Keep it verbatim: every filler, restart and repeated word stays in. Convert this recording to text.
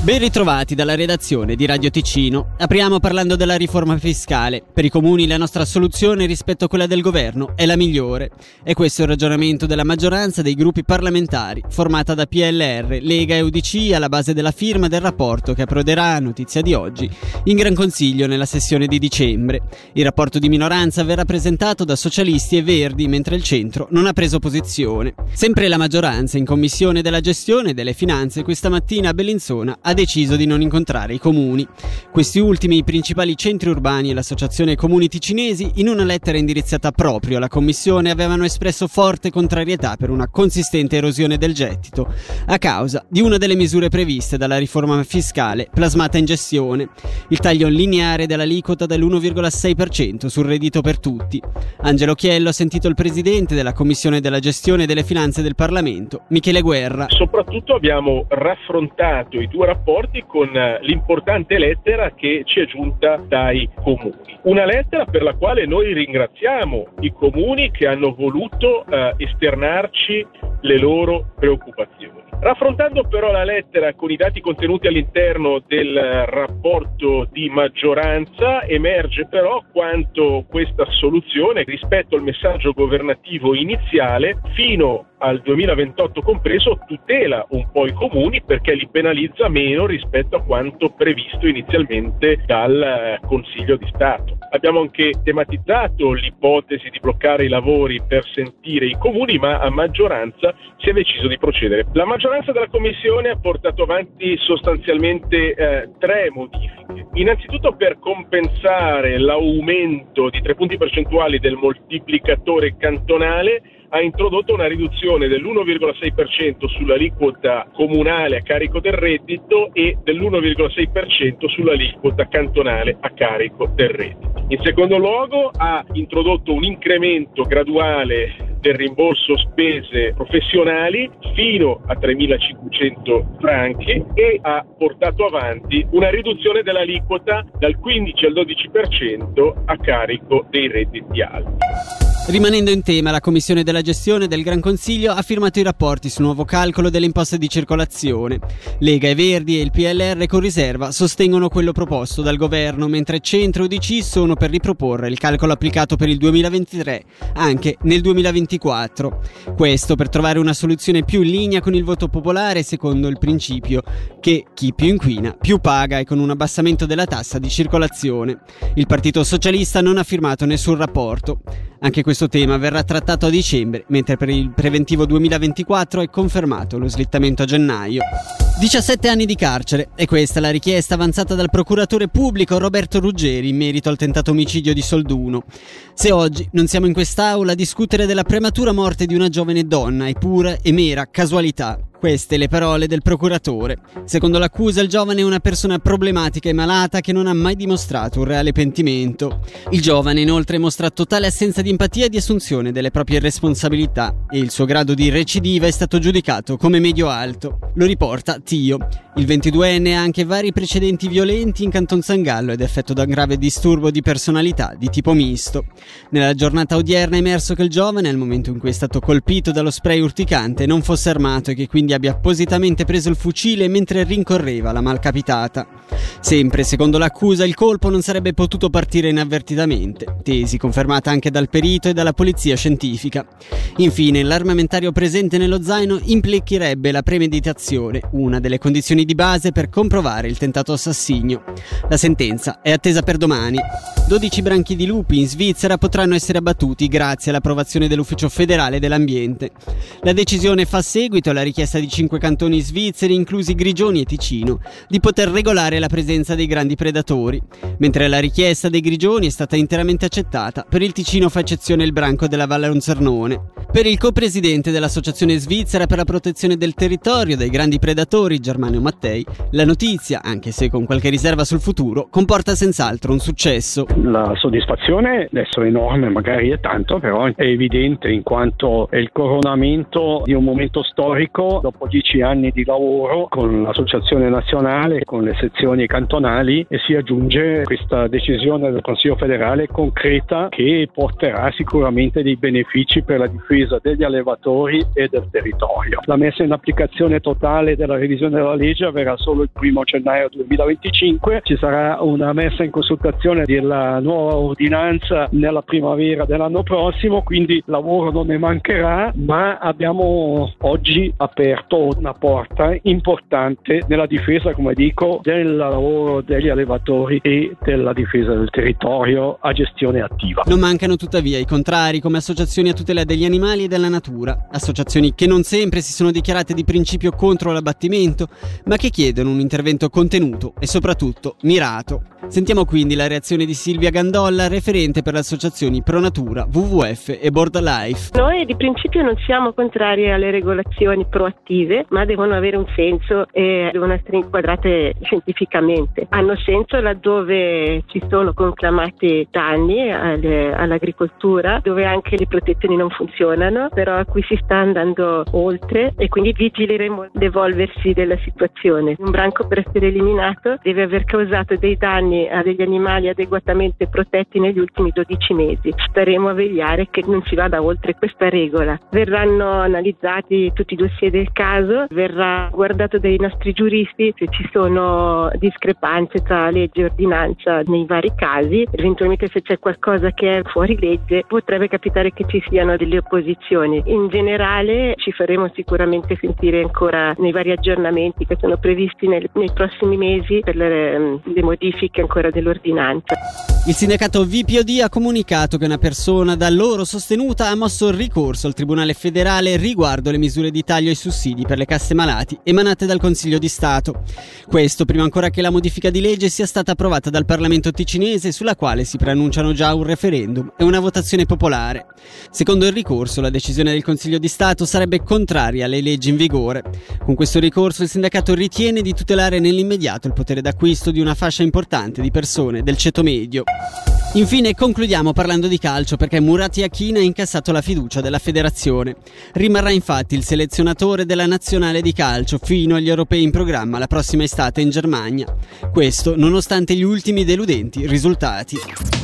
Ben ritrovati dalla redazione di Radio Ticino. Apriamo parlando della riforma fiscale. Per i comuni la nostra soluzione rispetto a quella del governo è la migliore. E questo è il ragionamento della maggioranza dei gruppi parlamentari, formata da P L R, Lega e U D C, alla base della firma del rapporto che approderà, notizia di oggi, in Gran Consiglio nella sessione di dicembre. Il rapporto di minoranza verrà presentato da socialisti e verdi, mentre il centro non ha preso posizione. Sempre la maggioranza in commissione della gestione delle finanze questa mattina a Bellinzona ha deciso di non incontrare i comuni. Questi ultimi, i principali centri urbani e l'associazione Comuni Ticinesi, in una lettera indirizzata proprio alla commissione, avevano espresso forte contrarietà per una consistente erosione del gettito a causa di una delle misure previste dalla riforma fiscale plasmata in gestione, il taglio lineare dell'aliquota dell'uno virgola sei per cento sul reddito per tutti. Angelo Chiello ha sentito il presidente della commissione della gestione delle finanze del Parlamento, Michele Guerra. Soprattutto abbiamo raffrontato i due rapporti con l'importante lettera che ci è giunta dai comuni. Una lettera per la quale noi ringraziamo i comuni che hanno voluto eh, esternarci le loro preoccupazioni. Raffrontando però la lettera con i dati contenuti all'interno del rapporto di maggioranza, emerge però quanto questa soluzione, rispetto al messaggio governativo iniziale, fino al duemilaventotto compreso, tutela un po' i comuni perché li penalizza meno rispetto a quanto previsto inizialmente dal Consiglio di Stato. Abbiamo anche tematizzato l'ipotesi di bloccare i lavori per sentire i comuni, ma a maggioranza si è deciso di procedere. La maggioranza della Commissione ha portato avanti sostanzialmente eh, tre modifiche. Innanzitutto, per compensare l'aumento di tre punti percentuali del moltiplicatore cantonale, ha introdotto una riduzione dell'uno virgola sei per cento sull'aliquota comunale a carico del reddito e dell'uno virgola sei per cento sull'aliquota cantonale a carico del reddito. In secondo luogo, ha introdotto un incremento graduale del rimborso spese professionali fino a tremilacinquecento franchi e ha portato avanti una riduzione dell'aliquota dal quindici al dodici per cento a carico dei redditi alti. Rimanendo in tema, la Commissione della gestione del Gran Consiglio ha firmato i rapporti sul nuovo calcolo delle imposte di circolazione. Lega e Verdi e il P L R con riserva sostengono quello proposto dal governo, mentre Centro e U D C sono per riproporre il calcolo applicato per il duemilaventitré anche nel duemilaventiquattro. Questo per trovare una soluzione più in linea con il voto popolare, secondo il principio che chi più inquina più paga, e con un abbassamento della tassa di circolazione. Il Partito Socialista non ha firmato nessun rapporto. Anche questo tema verrà trattato a dicembre, mentre per il preventivo duemilaventiquattro è confermato lo slittamento a gennaio. diciassette anni di carcere, e questa è la richiesta avanzata dal procuratore pubblico Roberto Ruggeri in merito al tentato omicidio di Solduno. Se oggi non siamo in quest'aula a discutere della prematura morte di una giovane donna, è pura e mera casualità. Queste le parole del procuratore. Secondo l'accusa, il giovane è una persona problematica e malata che non ha mai dimostrato un reale pentimento. Il giovane inoltre mostra totale assenza di empatia e di assunzione delle proprie responsabilità, e il suo grado di recidiva è stato giudicato come medio-alto. Lo riporta Tio. Il ventiduenne ha anche vari precedenti violenti in Canton San Gallo ed è affetto da un grave disturbo di personalità di tipo misto. Nella giornata odierna è emerso che il giovane, al momento in cui è stato colpito dallo spray urticante, non fosse armato e che quindi abbia appositamente preso il fucile mentre rincorreva la malcapitata. Sempre secondo l'accusa, il colpo non sarebbe potuto partire inavvertitamente, tesi confermata anche dal perito e dalla polizia scientifica. Infine, l'armamentario presente nello zaino implicherebbe la premeditazione, una delle condizioni di base per comprovare il tentato assassinio. La sentenza è attesa per domani. dodici branchi di lupi in Svizzera potranno essere abbattuti grazie all'approvazione dell'Ufficio federale dell'ambiente. La decisione fa seguito alla richiesta di cinque cantoni svizzeri, inclusi Grigioni e Ticino, di poter regolare la presenza dei grandi predatori, mentre la richiesta dei Grigioni è stata interamente accettata. Per il Ticino fa eccezione il branco della Valle Ronzernone. Per il co-presidente dell'Associazione Svizzera per la protezione del territorio dai grandi predatori, Germanio Mattei, la notizia, anche se con qualche riserva sul futuro, comporta senz'altro un successo. La soddisfazione adesso è enorme, magari è tanto, però è evidente in quanto è il coronamento di un momento storico. Dopo dopo dieci anni di lavoro con l'associazione nazionale, con le sezioni cantonali, e si aggiunge questa decisione del Consiglio federale concreta che porterà sicuramente dei benefici per la difesa degli allevatori e del territorio. La messa in applicazione totale della revisione della legge avverrà solo il primo gennaio duemilaventicinque, ci sarà una messa in consultazione della nuova ordinanza nella primavera dell'anno prossimo, quindi lavoro non ne mancherà, ma abbiamo oggi aperto una porta importante nella difesa, come dico, del lavoro degli allevatori e della difesa del territorio a gestione attiva. Non mancano tuttavia i contrari, come associazioni a tutela degli animali e della natura, associazioni che non sempre si sono dichiarate di principio contro l'abbattimento, ma che chiedono un intervento contenuto e soprattutto mirato. Sentiamo quindi la reazione di Silvia Gandolla, referente per le associazioni Pro Natura, W W F e Border Life. Noi di principio non siamo contrari alle regolazioni proattive, ma devono avere un senso e devono essere inquadrate scientificamente. Hanno senso laddove ci sono conclamati danni alle, all'agricoltura, dove anche le protezioni non funzionano, però qui si sta andando oltre e quindi vigileremo l'evolversi della situazione. Un branco, per essere eliminato, deve aver causato dei danni a degli animali adeguatamente protetti negli ultimi dodici mesi. Staremo a vegliare che non si vada oltre questa regola. Verranno analizzati tutti i dossier del caso, verrà guardato dai nostri giuristi se ci sono discrepanze tra legge e ordinanza nei vari casi. Eventualmente, se c'è qualcosa che è fuori legge, potrebbe capitare che ci siano delle opposizioni. In generale ci faremo sicuramente sentire ancora nei vari aggiornamenti che sono previsti nel, nei prossimi mesi per le, le modifiche ancora dell'ordinanza. Il sindacato V P O D ha comunicato che una persona da loro sostenuta ha mosso il ricorso al Tribunale federale riguardo le misure di taglio ai sussidi per le casse malati emanate dal Consiglio di Stato. Questo prima ancora che la modifica di legge sia stata approvata dal Parlamento ticinese, sulla quale si preannunciano già un referendum e una votazione popolare. Secondo il ricorso, la decisione del Consiglio di Stato sarebbe contraria alle leggi in vigore. Con questo ricorso il sindacato ritiene di tutelare nell'immediato il potere d'acquisto di una fascia importante di persone del ceto medio. Infine concludiamo parlando di calcio, perché Murat Yakin ha incassato la fiducia della federazione. Rimarrà infatti il selezionatore della nazionale di calcio fino agli europei in programma la prossima estate in Germania. Questo nonostante gli ultimi deludenti risultati.